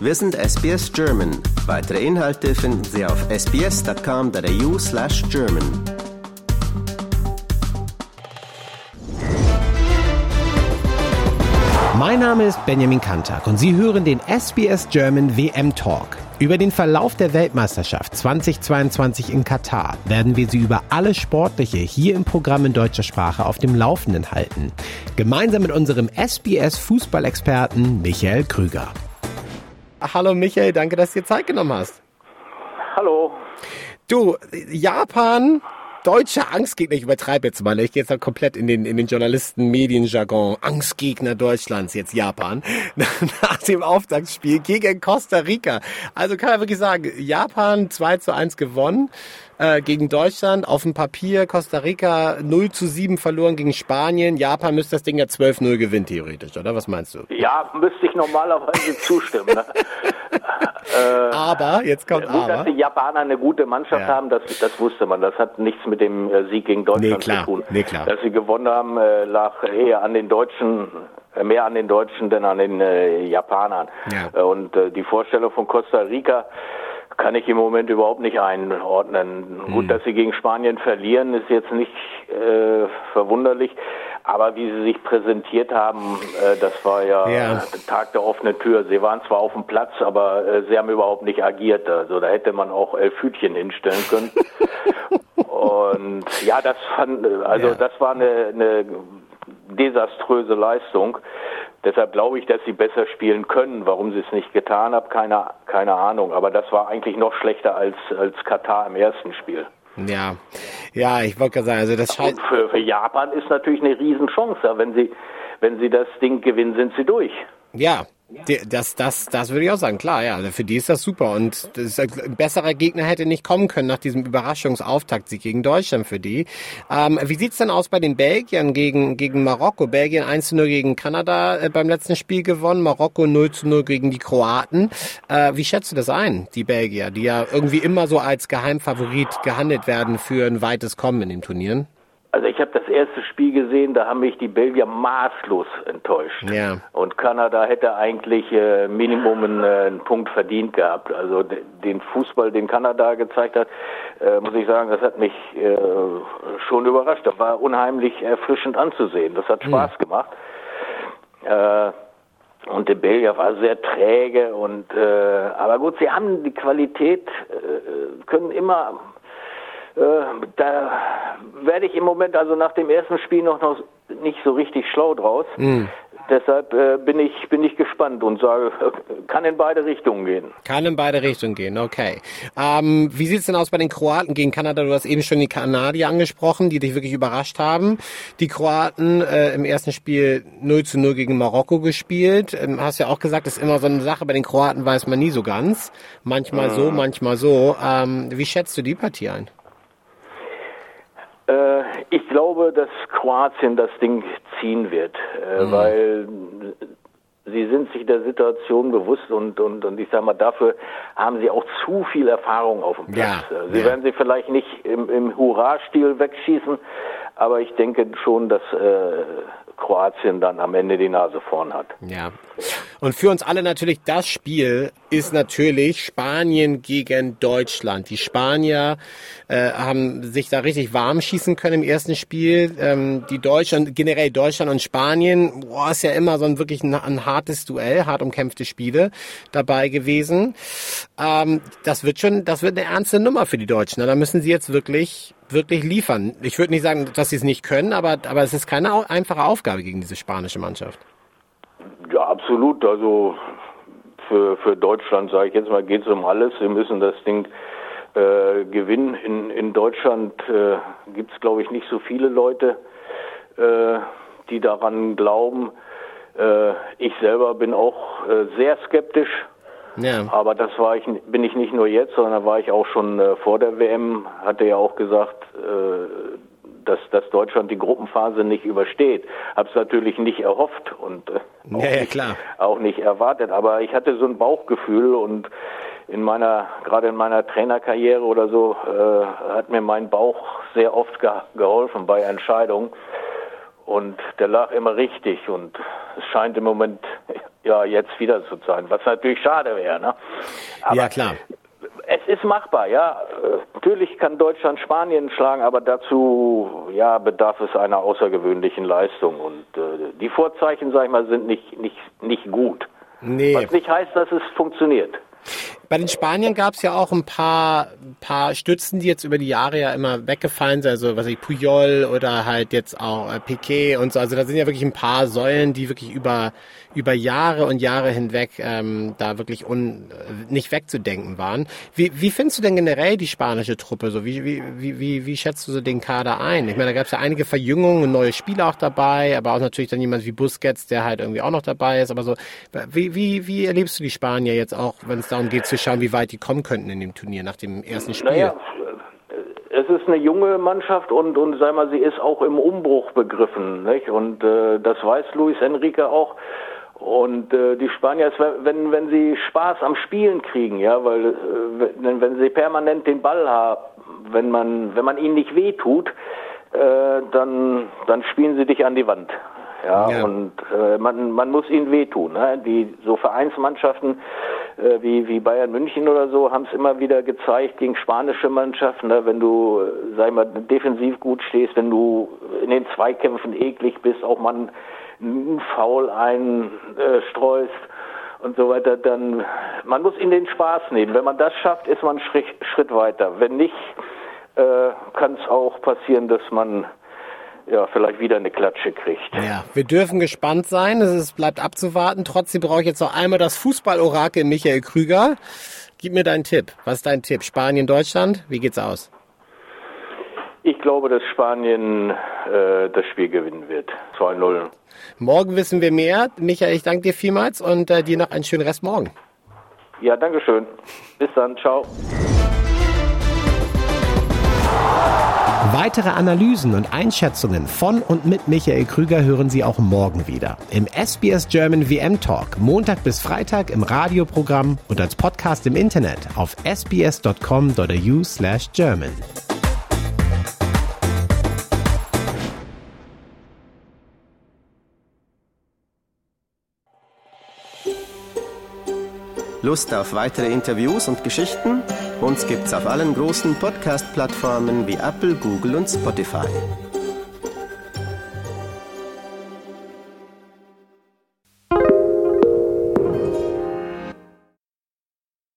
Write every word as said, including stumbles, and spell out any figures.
Wir sind S B S German. Weitere Inhalte finden Sie auf sbs.com.au slash German. Mein Name ist Benjamin Kantak und Sie hören den S B S German W M Talk. Über den Verlauf der Weltmeisterschaft zweitausendzweiundzwanzig in Katar werden wir Sie über alles Sportliche hier im Programm in deutscher Sprache auf dem Laufenden halten. Gemeinsam mit unserem S B S-Fußballexperten Michael Krüger. Hallo Michael, danke, dass du dir Zeit genommen hast. Hallo. Du, Japan, deutscher Angstgegner, ich übertreibe jetzt mal, ich gehe jetzt mal komplett in den, in den Journalisten-Medienjargon, Angstgegner Deutschlands, jetzt Japan, nach dem Auftaktspiel gegen Costa Rica. Also kann man wirklich sagen, Japan zwei zu eins gewonnen äh, gegen Deutschland, auf dem Papier Costa Rica null zu sieben verloren gegen Spanien, Japan müsste das Ding ja zwölf null gewinnen theoretisch, oder? Was meinst du? Ja, müsste ich normalerweise zustimmen. Ne? äh, aber, jetzt kommt gut, aber. Dass die Japaner eine gute Mannschaft ja. haben, das, das wusste man. Das hat nichts mit dem Sieg gegen Deutschland nee, klar. zu tun. Nee, klar. Dass sie gewonnen haben, lag eher an den Deutschen, mehr an den Deutschen, denn an den äh, Japanern. Ja. Und äh, die Vorstellung von Costa Rica kann ich im Moment überhaupt nicht einordnen. Mhm. Gut, dass sie gegen Spanien verlieren, ist jetzt nicht äh, verwunderlich. Aber wie sie sich präsentiert haben, äh, das war ja, ja Tag der offenen Tür. Sie waren zwar auf dem Platz, aber äh, sie haben überhaupt nicht agiert. Also da hätte man auch elf Hütchen hinstellen können. Und ja, das fand, also ja. das war eine, eine desaströse Leistung. Deshalb glaube ich, dass sie besser spielen können. Warum sie es nicht getan haben, keine, keine Ahnung. Aber das war eigentlich noch schlechter als, als Katar im ersten Spiel. Ja, ja, ich wollte gerade sagen, also das scheint... Für, für Japan ist natürlich eine Riesenchance. Wenn sie, wenn sie das Ding gewinnen, sind sie durch. Ja, das, das, das würde ich auch sagen, klar, ja, für die ist das super und das ist ein besserer Gegner hätte nicht kommen können nach diesem Überraschungsauftakt-Sieg gegen Deutschland für die. Ähm, wie sieht's denn aus bei den Belgiern gegen, gegen Marokko? Belgien eins zu null gegen Kanada äh, beim letzten Spiel gewonnen, Marokko null zu null gegen die Kroaten. Äh, wie schätzt du das ein, die Belgier, die ja irgendwie immer so als Geheimfavorit gehandelt werden für ein weites Kommen in den Turnieren? Also ich habe das erste Spiel gesehen, da haben mich die Belgier maßlos enttäuscht. Ja. Und Kanada hätte eigentlich äh, Minimum einen, äh, einen Punkt verdient gehabt. Also de, den Fußball, den Kanada gezeigt hat, äh, muss ich sagen, das hat mich äh, schon überrascht. Das war unheimlich erfrischend anzusehen. Das hat Spaß hm. gemacht. Äh, und der Belgier war sehr träge. Und äh, aber gut, sie haben die Qualität, äh, können immer... Äh, da werde ich im Moment also nach dem ersten Spiel noch, noch nicht so richtig schlau draus. Mm. Deshalb äh, bin ich bin ich gespannt und sage, kann in beide Richtungen gehen. Kann in beide Richtungen gehen, okay. Ähm, wie sieht's denn aus bei den Kroaten gegen Kanada? Du hast eben schon die Kanadier angesprochen, die dich wirklich überrascht haben. Die Kroaten äh, im ersten Spiel null zu null gegen Marokko gespielt. Ähm, hast ja auch gesagt, das ist immer so eine Sache, bei den Kroaten weiß man nie so ganz. Manchmal mm. so, manchmal so. Ähm, wie schätzt du die Partie ein? Ich glaube, dass Kroatien das Ding ziehen wird, äh, mhm. weil sie sind sich der Situation bewusst und, und, und ich sag mal, dafür haben sie auch zu viel Erfahrung auf dem Platz. Ja, sie ja. werden sie vielleicht nicht im, im Hurra-Stil wegschießen, aber ich denke schon, dass äh, Kroatien dann am Ende die Nase vorn hat. Ja. Und für uns alle natürlich das Spiel ist natürlich Spanien gegen Deutschland. Die Spanier äh, haben sich da richtig warm schießen können im ersten Spiel. Ähm, die Deutschen, generell Deutschland und Spanien, boah, ist ja immer so ein wirklich ein, ein hartes Duell, hart umkämpfte Spiele dabei gewesen. Ähm, das wird schon, das wird eine ernste Nummer für die Deutschen. Da müssen sie jetzt wirklich wirklich liefern. Ich würde nicht sagen, dass sie es nicht können, aber, aber es ist keine einfache Aufgabe gegen diese spanische Mannschaft. Ja, absolut. Also für, für Deutschland, sage ich jetzt mal, geht es um alles. Sie müssen das Ding äh, gewinnen. In, in Deutschland äh, gibt es, glaube ich, nicht so viele Leute, äh, die daran glauben. Äh, ich selber bin auch äh, sehr skeptisch. Ja. Aber das war ich, bin ich nicht nur jetzt, sondern da war ich auch schon äh, vor der W M, hatte ja auch gesagt, äh, dass, dass Deutschland die Gruppenphase nicht übersteht. Hab's natürlich nicht erhofft und äh, auch, ja, ja, nicht, klar. auch nicht erwartet. Aber ich hatte so ein Bauchgefühl und in meiner, gerade in meiner Trainerkarriere oder so, äh, hat mir mein Bauch sehr oft ge- geholfen bei Entscheidungen. Und der lag immer richtig und es scheint im Moment ja jetzt wieder zu sein, was natürlich schade wäre. Ne? Aber ja, klar. Es ist machbar, ja. Natürlich kann Deutschland Spanien schlagen, aber dazu ja bedarf es einer außergewöhnlichen Leistung. Und äh, die Vorzeichen, sag ich mal, sind nicht, nicht, nicht gut. Nee. Was nicht heißt, dass es funktioniert. Bei den Spaniern gab es ja auch ein paar, paar Stützen, die jetzt über die Jahre ja immer weggefallen sind, also was ich Puyol oder halt jetzt auch äh, Piqué und so. Also da sind ja wirklich ein paar Säulen, die wirklich über über Jahre und Jahre hinweg ähm, da wirklich un, nicht wegzudenken waren. Wie, wie findest du denn generell die spanische Truppe? So wie wie wie wie, wie schätzt du so den Kader ein? Ich meine, da gab es ja einige Verjüngungen und neue Spieler auch dabei, aber auch natürlich dann jemand wie Busquets, der halt irgendwie auch noch dabei ist. Aber so wie wie wie erlebst du die Spanier jetzt auch, wenn es darum geht zu schauen, wie weit die kommen könnten in dem Turnier nach dem ersten Spiel? Naja, es ist eine junge Mannschaft und und sag mal, sie ist auch im Umbruch begriffen, nicht? Und äh, das weiß Luis Enrique auch. Und äh, die Spanier, wenn wenn sie Spaß am Spielen kriegen, ja, weil äh, wenn, wenn sie permanent den Ball haben, wenn man wenn man ihnen nicht wehtut, äh, dann dann spielen sie dich an die Wand. Ja, ja. Und äh, man man muss ihnen wehtun. Ne? Die so Vereinsmannschaften äh, wie wie Bayern München oder so haben es immer wieder gezeigt gegen spanische Mannschaften. Ne? Wenn du, äh, sag ich mal, defensiv gut stehst, wenn du in den Zweikämpfen eklig bist, auch man einen Foul einstreust und so weiter, dann man muss ihnen den Spaß nehmen. Wenn man das schafft, ist man einen Schritt, Schritt weiter. Wenn nicht, äh, kann es auch passieren, dass man ja vielleicht wieder eine Klatsche kriegt. Ja, wir dürfen gespannt sein. Es ist, bleibt abzuwarten. Trotzdem brauche ich jetzt noch einmal das Fußballorakel Michael Krüger. Gib mir deinen Tipp. Was ist dein Tipp? Spanien, Deutschland? Wie geht's aus? Ich glaube, dass Spanien äh, das Spiel gewinnen wird. zwei null. Morgen wissen wir mehr. Michael, ich danke dir vielmals und äh, dir noch einen schönen Rest morgen. Ja, danke schön. Bis dann. Ciao. Weitere Analysen und Einschätzungen von und mit Michael Krüger hören Sie auch morgen wieder. Im S B S German V M Talk, Montag bis Freitag im Radioprogramm und als Podcast im Internet auf s b s dot com dot a u slash German. Lust auf weitere Interviews und Geschichten? Uns gibt's auf allen großen Podcast-Plattformen wie Apple, Google und Spotify.